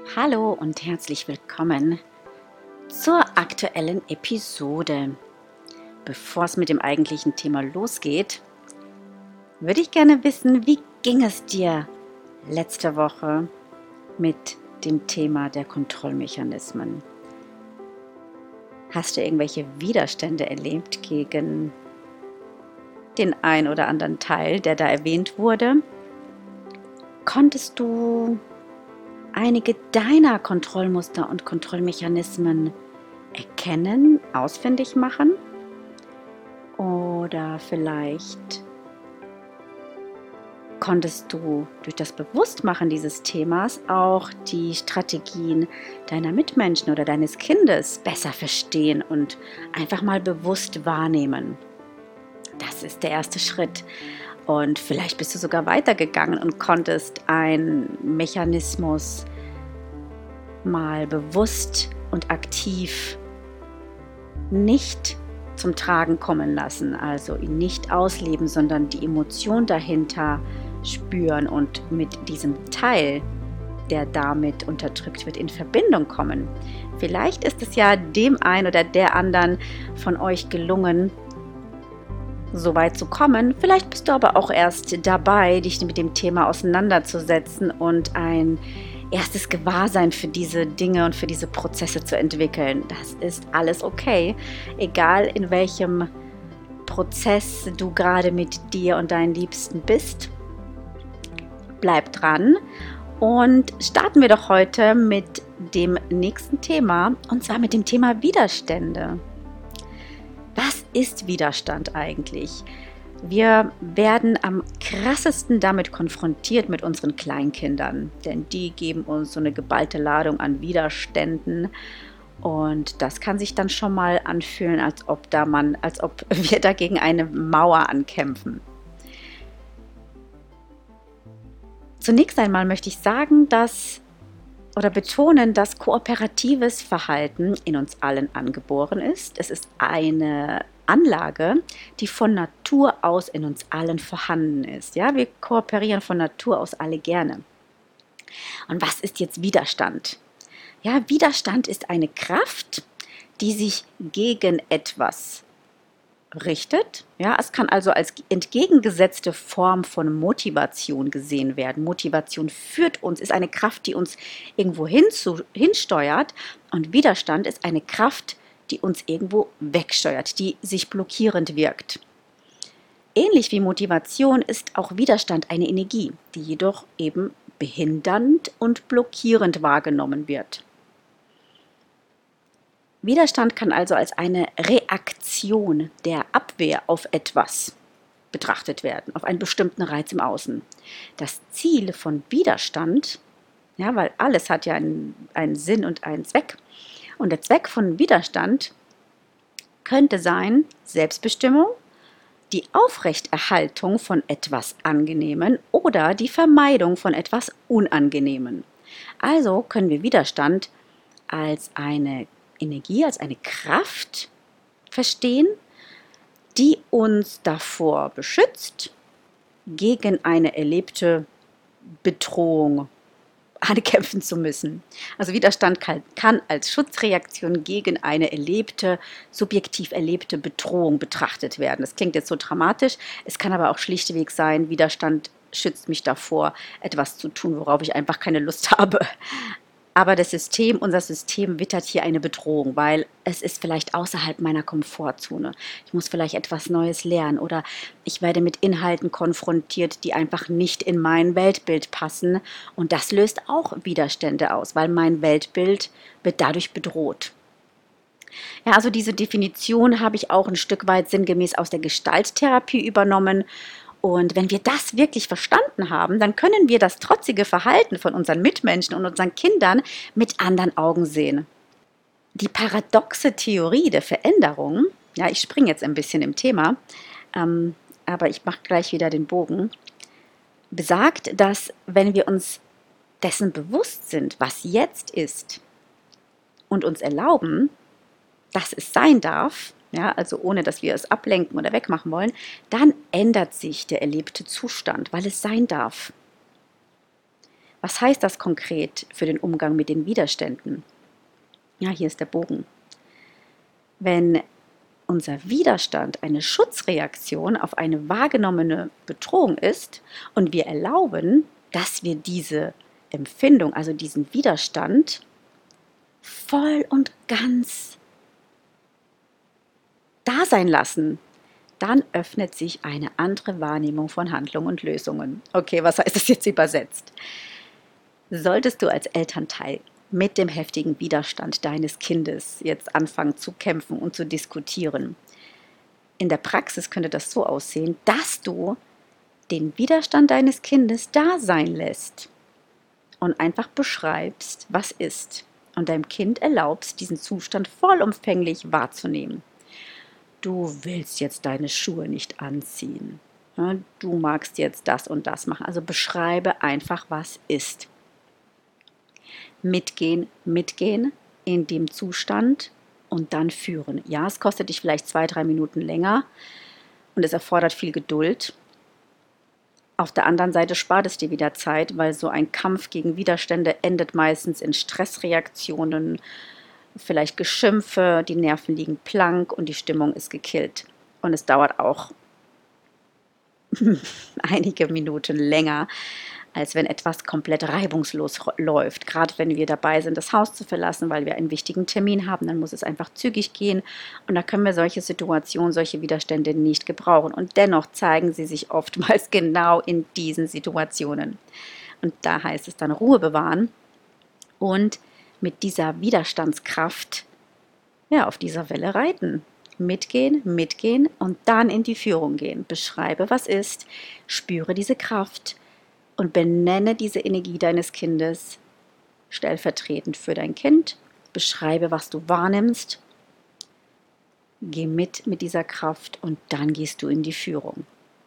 Hallo und herzlich willkommen zur aktuellen Episode. Bevor es mit dem eigentlichen Thema losgeht, würde ich gerne wissen, wie ging es dir letzte Woche mit dem Thema der Kontrollmechanismen? Hast du irgendwelche Widerstände erlebt gegen den ein oder anderen Teil, der da erwähnt wurde? Konntest du einige deiner Kontrollmuster und Kontrollmechanismen erkennen, ausfindig machen? Oder vielleicht konntest du durch das Bewusstmachen dieses Themas auch die Strategien deiner Mitmenschen oder deines Kindes besser verstehen und einfach mal bewusst wahrnehmen. Das ist der erste Schritt. Und vielleicht bist du sogar weitergegangen und konntest einen Mechanismus mal bewusst und aktiv nicht zum Tragen kommen lassen, also ihn nicht ausleben, sondern die Emotion dahinter spüren und mit diesem Teil, der damit unterdrückt wird, in Verbindung kommen. Vielleicht ist es ja dem einen oder der anderen von euch gelungen, so weit zu kommen. Vielleicht bist du aber auch erst dabei, dich mit dem Thema auseinanderzusetzen und ein erstes Gewahrsein für diese Dinge und für diese Prozesse zu entwickeln. Das ist alles okay, egal in welchem Prozess du gerade mit dir und deinen Liebsten bist. Bleib dran und starten wir doch heute mit dem nächsten Thema, und zwar mit dem Thema Widerstände. Was ist Widerstand eigentlich? Wir werden am krassesten damit konfrontiert mit unseren Kleinkindern, denn die geben uns so eine geballte Ladung an Widerständen und das kann sich dann schon mal anfühlen, als ob wir dagegen eine Mauer ankämpfen. Zunächst einmal möchte ich sagen, betonen, dass kooperatives Verhalten in uns allen angeboren ist. Es ist eine Anlage, die von Natur aus in uns allen vorhanden ist. Ja, wir kooperieren von Natur aus alle gerne. Und was ist jetzt Widerstand? Ja, Widerstand ist eine Kraft, die sich gegen etwas richtet. Ja, es kann also als entgegengesetzte Form von Motivation gesehen werden. Motivation führt uns, ist eine Kraft, die uns irgendwo hinsteuert, und Widerstand ist eine Kraft, die uns irgendwo wegsteuert, die sich blockierend wirkt. Ähnlich wie Motivation ist auch Widerstand eine Energie, die jedoch eben behindernd und blockierend wahrgenommen wird. Widerstand kann also als eine Reaktion der Abwehr auf etwas betrachtet werden, auf einen bestimmten Reiz im Außen. Das Ziel von Widerstand, ja, weil alles hat ja einen Sinn und einen Zweck, und der Zweck von Widerstand könnte sein Selbstbestimmung, die Aufrechterhaltung von etwas Angenehmen oder die Vermeidung von etwas Unangenehmen. Also können wir Widerstand als eine Energie, als eine Kraft verstehen, die uns davor beschützt, gegen eine erlebte Bedrohung ankämpfen zu müssen. Also Widerstand kann als Schutzreaktion gegen eine subjektiv erlebte Bedrohung betrachtet werden. Das klingt jetzt so dramatisch, es kann aber auch schlichtweg sein, Widerstand schützt mich davor, etwas zu tun, worauf ich einfach keine Lust habe. Aber unser System wittert hier eine Bedrohung, weil es ist vielleicht außerhalb meiner Komfortzone. Ich muss vielleicht etwas Neues lernen oder ich werde mit Inhalten konfrontiert, die einfach nicht in mein Weltbild passen. Und das löst auch Widerstände aus, weil mein Weltbild wird dadurch bedroht. Ja, also diese Definition habe ich auch ein Stück weit sinngemäß aus der Gestalttherapie übernommen. Und wenn wir das wirklich verstanden haben, dann können wir das trotzige Verhalten von unseren Mitmenschen und unseren Kindern mit anderen Augen sehen. Die paradoxe Theorie der Veränderung, ja, ich springe jetzt ein bisschen im Thema, aber ich mache gleich wieder den Bogen, besagt, dass wenn wir uns dessen bewusst sind, was jetzt ist, und uns erlauben, dass es sein darf, ja, also ohne dass wir es ablenken oder wegmachen wollen, dann ändert sich der erlebte Zustand, weil es sein darf. Was heißt das konkret für den Umgang mit den Widerständen? Ja, hier ist der Bogen. Wenn unser Widerstand eine Schutzreaktion auf eine wahrgenommene Bedrohung ist und wir erlauben, dass wir diese Empfindung, also diesen Widerstand, voll und ganz da sein lassen, dann öffnet sich eine andere Wahrnehmung von Handlung und Lösungen. Okay, was heißt das jetzt übersetzt? Solltest du als Elternteil mit dem heftigen Widerstand deines Kindes jetzt anfangen zu kämpfen und zu diskutieren, in der Praxis könnte das so aussehen, dass du den Widerstand deines Kindes da sein lässt und einfach beschreibst, was ist, und deinem Kind erlaubst, diesen Zustand vollumfänglich wahrzunehmen. Du willst jetzt deine Schuhe nicht anziehen. Ja, du magst jetzt das und das machen. Also beschreibe einfach, was ist. Mitgehen in dem Zustand und dann führen. Ja, es kostet dich vielleicht 2, 3 Minuten länger und es erfordert viel Geduld. Auf der anderen Seite spart es dir wieder Zeit, weil so ein Kampf gegen Widerstände endet meistens in Stressreaktionen, vielleicht Geschimpfe, die Nerven liegen blank und die Stimmung ist gekillt. Und es dauert auch einige Minuten länger, als wenn etwas komplett reibungslos läuft. Gerade wenn wir dabei sind, das Haus zu verlassen, weil wir einen wichtigen Termin haben, dann muss es einfach zügig gehen. Und da können wir solche Situationen, solche Widerstände nicht gebrauchen. Und dennoch zeigen sie sich oftmals genau in diesen Situationen. Und da heißt es dann Ruhe bewahren und mit dieser Widerstandskraft auf dieser Welle reiten. Mitgehen und dann in die Führung gehen. Beschreibe, was ist, spüre diese Kraft und benenne diese Energie deines Kindes stellvertretend für dein Kind. Beschreibe, was du wahrnimmst. Geh mit dieser Kraft und dann gehst du in die Führung.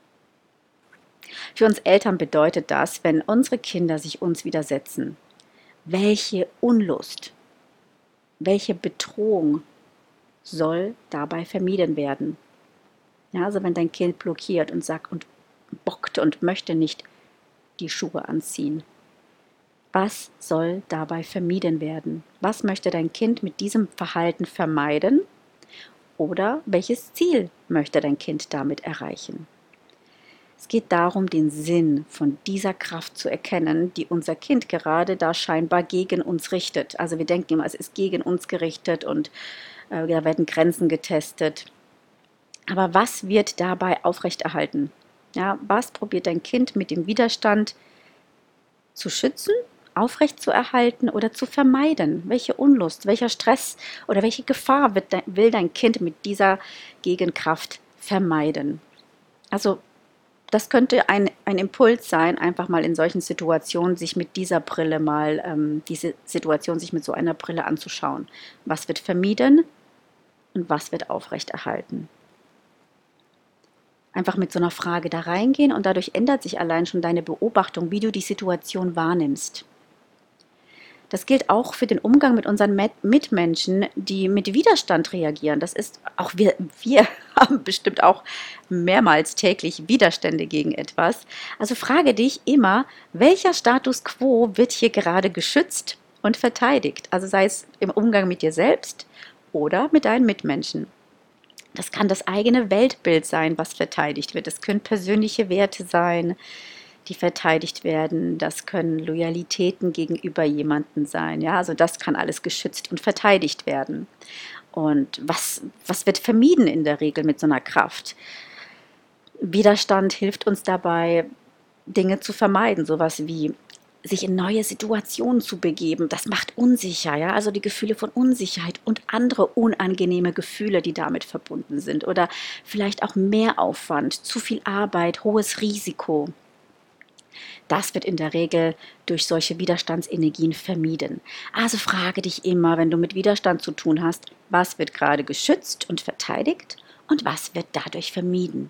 Für uns Eltern bedeutet das, wenn unsere Kinder sich uns widersetzen, welche Unlust, welche Bedrohung soll dabei vermieden werden. Ja, also wenn dein Kind blockiert und sagt und bockt und möchte nicht die Schuhe anziehen. Was soll dabei vermieden werden? Was möchte dein Kind mit diesem Verhalten vermeiden? Oder welches Ziel möchte dein Kind damit erreichen? Es geht darum, den Sinn von dieser Kraft zu erkennen, die unser Kind gerade da scheinbar gegen uns richtet. Also wir denken immer, es ist gegen uns gerichtet und da werden Grenzen getestet. Aber was wird dabei aufrechterhalten? Ja, was probiert dein Kind mit dem Widerstand zu schützen, aufrechtzuerhalten oder zu vermeiden? Welche Unlust, welcher Stress oder welche Gefahr will dein Kind mit dieser Gegenkraft vermeiden? Also das könnte ein Impuls sein, einfach mal in solchen Situationen sich mit dieser Brille diese Situation sich mit so einer Brille anzuschauen. Was wird vermieden und was wird aufrechterhalten? Einfach mit so einer Frage da reingehen und dadurch ändert sich allein schon deine Beobachtung, wie du die Situation wahrnimmst. Das gilt auch für den Umgang mit unseren Mitmenschen, die mit Widerstand reagieren. Das ist auch wir haben bestimmt auch mehrmals täglich Widerstände gegen etwas. Also frage dich immer, welcher Status quo wird hier gerade geschützt und verteidigt? Also sei es im Umgang mit dir selbst oder mit deinen Mitmenschen. Das kann das eigene Weltbild sein, was verteidigt wird. Es können persönliche Werte sein, die verteidigt werden. Das können Loyalitäten gegenüber jemandem sein. Ja, also das kann alles geschützt und verteidigt werden. Und was wird vermieden in der Regel mit so einer Kraft? Widerstand hilft uns dabei, Dinge zu vermeiden, sowas wie sich in neue Situationen zu begeben. Das macht unsicher, ja, also die Gefühle von Unsicherheit und andere unangenehme Gefühle, die damit verbunden sind. Oder vielleicht auch Mehraufwand, zu viel Arbeit, hohes Risiko. Das wird in der Regel durch solche Widerstandsenergien vermieden. Also frage dich immer, wenn du mit Widerstand zu tun hast, was wird gerade geschützt und verteidigt und was wird dadurch vermieden.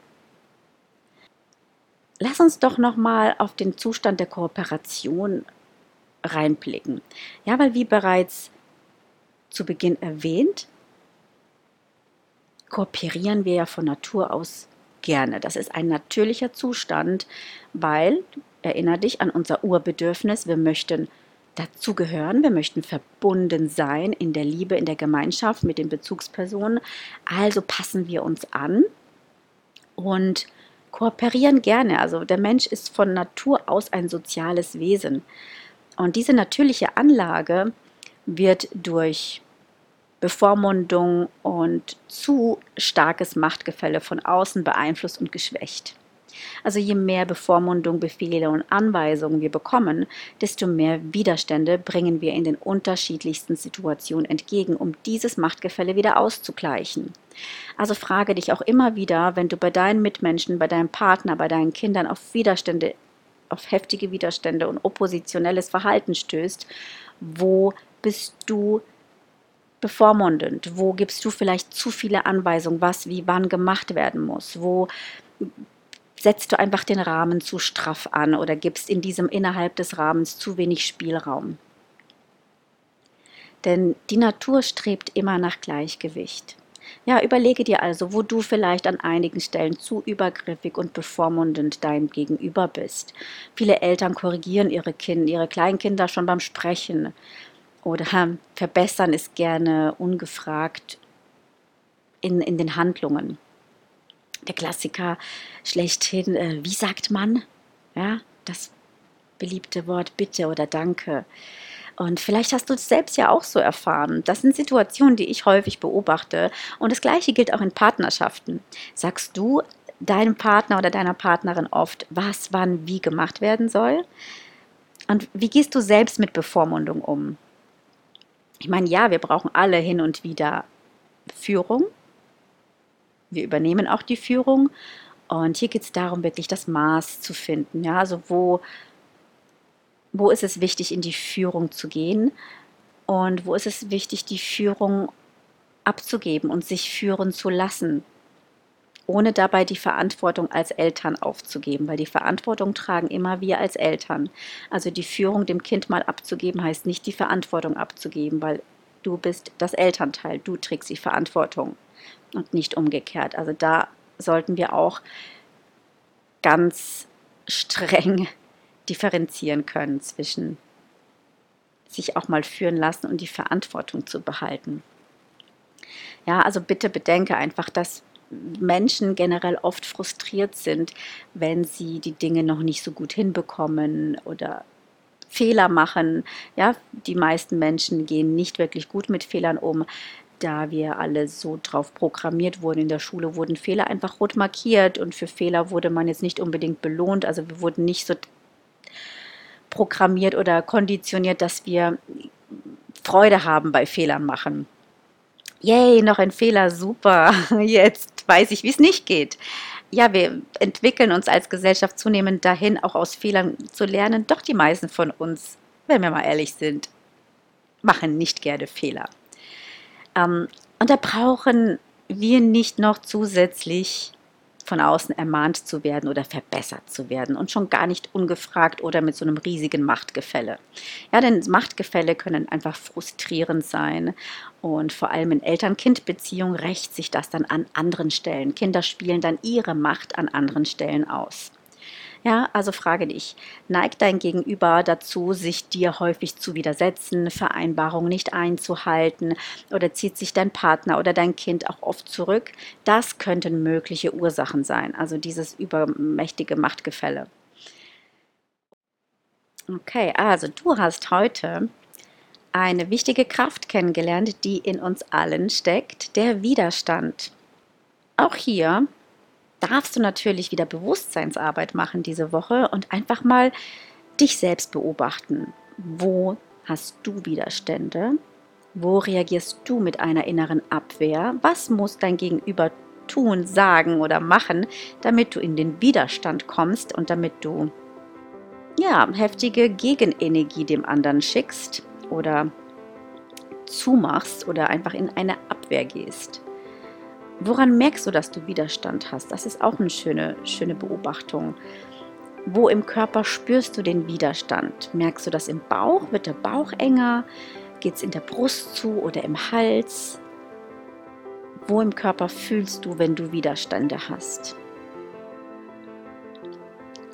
Lass uns doch nochmal auf den Zustand der Kooperation reinblicken. Ja, weil wie bereits zu Beginn erwähnt, kooperieren wir ja von Natur aus gerne. Das ist ein natürlicher Zustand, weil, erinnere dich an unser Urbedürfnis, wir möchten dazugehören, wir möchten verbunden sein in der Liebe, in der Gemeinschaft mit den Bezugspersonen. Also passen wir uns an und kooperieren gerne. Also der Mensch ist von Natur aus ein soziales Wesen. Und diese natürliche Anlage wird durch Bevormundung und zu starkes Machtgefälle von außen beeinflusst und geschwächt. Also je mehr Bevormundung, Befehle und Anweisungen wir bekommen, desto mehr Widerstände bringen wir in den unterschiedlichsten Situationen entgegen, um dieses Machtgefälle wieder auszugleichen. Also frage dich auch immer wieder, wenn du bei deinen Mitmenschen, bei deinem Partner, bei deinen Kindern auf Widerstände, auf heftige Widerstände und oppositionelles Verhalten stößt, wo bist du bevormundend? Wo gibst du vielleicht zu viele Anweisungen, was wie wann gemacht werden muss? Wo setzt du einfach den Rahmen zu straff an oder gibst in diesem innerhalb des Rahmens zu wenig Spielraum? Denn die Natur strebt immer nach Gleichgewicht. Ja, überlege dir also, wo du vielleicht an einigen Stellen zu übergriffig und bevormundend deinem Gegenüber bist. Viele Eltern korrigieren ihre Kleinkinder schon beim Sprechen oder verbessern es gerne ungefragt in den Handlungen. Der Klassiker schlechthin, wie sagt man? Ja, das beliebte Wort bitte oder danke. Und vielleicht hast du es selbst ja auch so erfahren. Das sind Situationen, die ich häufig beobachte. Und das Gleiche gilt auch in Partnerschaften. Sagst du deinem Partner oder deiner Partnerin oft, was, wann, wie gemacht werden soll? Und wie gehst du selbst mit Bevormundung um? Ich meine, ja, wir brauchen alle hin und wieder Führung. Wir übernehmen auch die Führung. Und hier geht es darum, wirklich das Maß zu finden. Ja, also wo ist es wichtig, in die Führung zu gehen und wo ist es wichtig, die Führung abzugeben und sich führen zu lassen, ohne dabei die Verantwortung als Eltern aufzugeben, weil die Verantwortung tragen immer wir als Eltern. Also die Führung dem Kind mal abzugeben, heißt nicht die Verantwortung abzugeben, weil du bist das Elternteil, du trägst die Verantwortung und nicht umgekehrt. Also da sollten wir auch ganz streng differenzieren können zwischen sich auch mal führen lassen und die Verantwortung zu behalten. Ja, also bitte bedenke einfach, dass Menschen generell oft frustriert sind, wenn sie die Dinge noch nicht so gut hinbekommen oder Fehler machen. Ja, die meisten Menschen gehen nicht wirklich gut mit Fehlern um, da wir alle so drauf programmiert wurden. In der Schule wurden Fehler einfach rot markiert und für Fehler wurde man jetzt nicht unbedingt belohnt. Also wir wurden nicht so programmiert oder konditioniert, dass wir Freude haben bei Fehlern machen. Yay, noch ein Fehler, super. Jetzt weiß ich, wie es nicht geht. Ja, wir entwickeln uns als Gesellschaft zunehmend dahin, auch aus Fehlern zu lernen. Doch die meisten von uns, wenn wir mal ehrlich sind, machen nicht gerne Fehler. Und da brauchen wir nicht noch zusätzlich von außen ermahnt zu werden oder verbessert zu werden und schon gar nicht ungefragt oder mit so einem riesigen Machtgefälle. Ja, denn Machtgefälle können einfach frustrierend sein und vor allem in Eltern-Kind-Beziehungen rächt sich das dann an anderen Stellen. Kinder spielen dann ihre Macht an anderen Stellen aus. Ja, also frage dich, neigt dein Gegenüber dazu, sich dir häufig zu widersetzen, Vereinbarungen nicht einzuhalten oder zieht sich dein Partner oder dein Kind auch oft zurück? Das könnten mögliche Ursachen sein, also dieses übermächtige Machtgefälle. Okay, also du hast heute eine wichtige Kraft kennengelernt, die in uns allen steckt, der Widerstand. Auch hier darfst du natürlich wieder Bewusstseinsarbeit machen diese Woche und einfach mal dich selbst beobachten. Wo hast du Widerstände? Wo reagierst du mit einer inneren Abwehr? Was muss dein Gegenüber tun, sagen oder machen, damit du in den Widerstand kommst und damit du ja, heftige Gegenenergie dem anderen schickst oder zumachst oder einfach in eine Abwehr gehst? Woran merkst du, dass du Widerstand hast? Das ist auch eine schöne Beobachtung. Wo im Körper spürst du den Widerstand? Merkst du das im Bauch? Wird der Bauch enger? Geht es in der Brust zu oder im Hals? Wo im Körper fühlst du, wenn du Widerstände hast?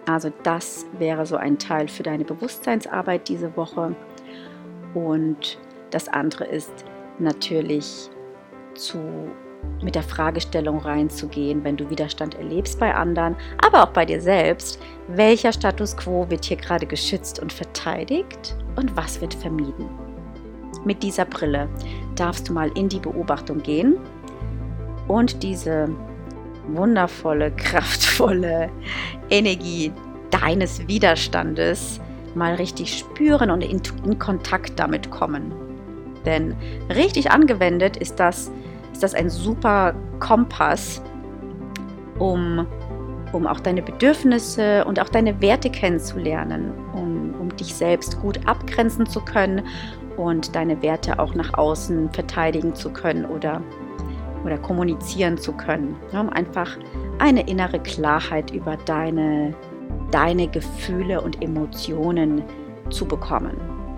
Also das wäre so ein Teil für deine Bewusstseinsarbeit diese Woche. Und das andere ist natürlich mit der Fragestellung reinzugehen, wenn du Widerstand erlebst bei anderen, aber auch bei dir selbst. Welcher Status quo wird hier gerade geschützt und verteidigt und was wird vermieden? Mit dieser Brille darfst du mal in die Beobachtung gehen und diese wundervolle, kraftvolle Energie deines Widerstandes mal richtig spüren und in Kontakt damit kommen. Denn richtig angewendet ist das ein super Kompass, um auch deine Bedürfnisse und auch deine Werte kennenzulernen, um dich selbst gut abgrenzen zu können und deine Werte auch nach außen verteidigen zu können oder kommunizieren zu können, um einfach eine innere Klarheit über deine Gefühle und Emotionen zu bekommen.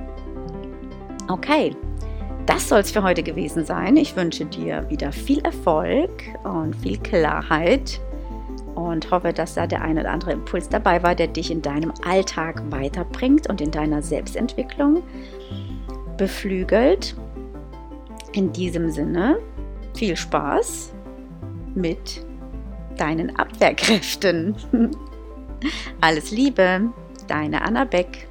Okay, das soll es für heute gewesen sein. Ich wünsche dir wieder viel Erfolg und viel Klarheit und hoffe, dass da der ein oder andere Impuls dabei war, der dich in deinem Alltag weiterbringt und in deiner Selbstentwicklung beflügelt. In diesem Sinne, viel Spaß mit deinen Abwehrkräften. Alles Liebe, deine Anna Beck.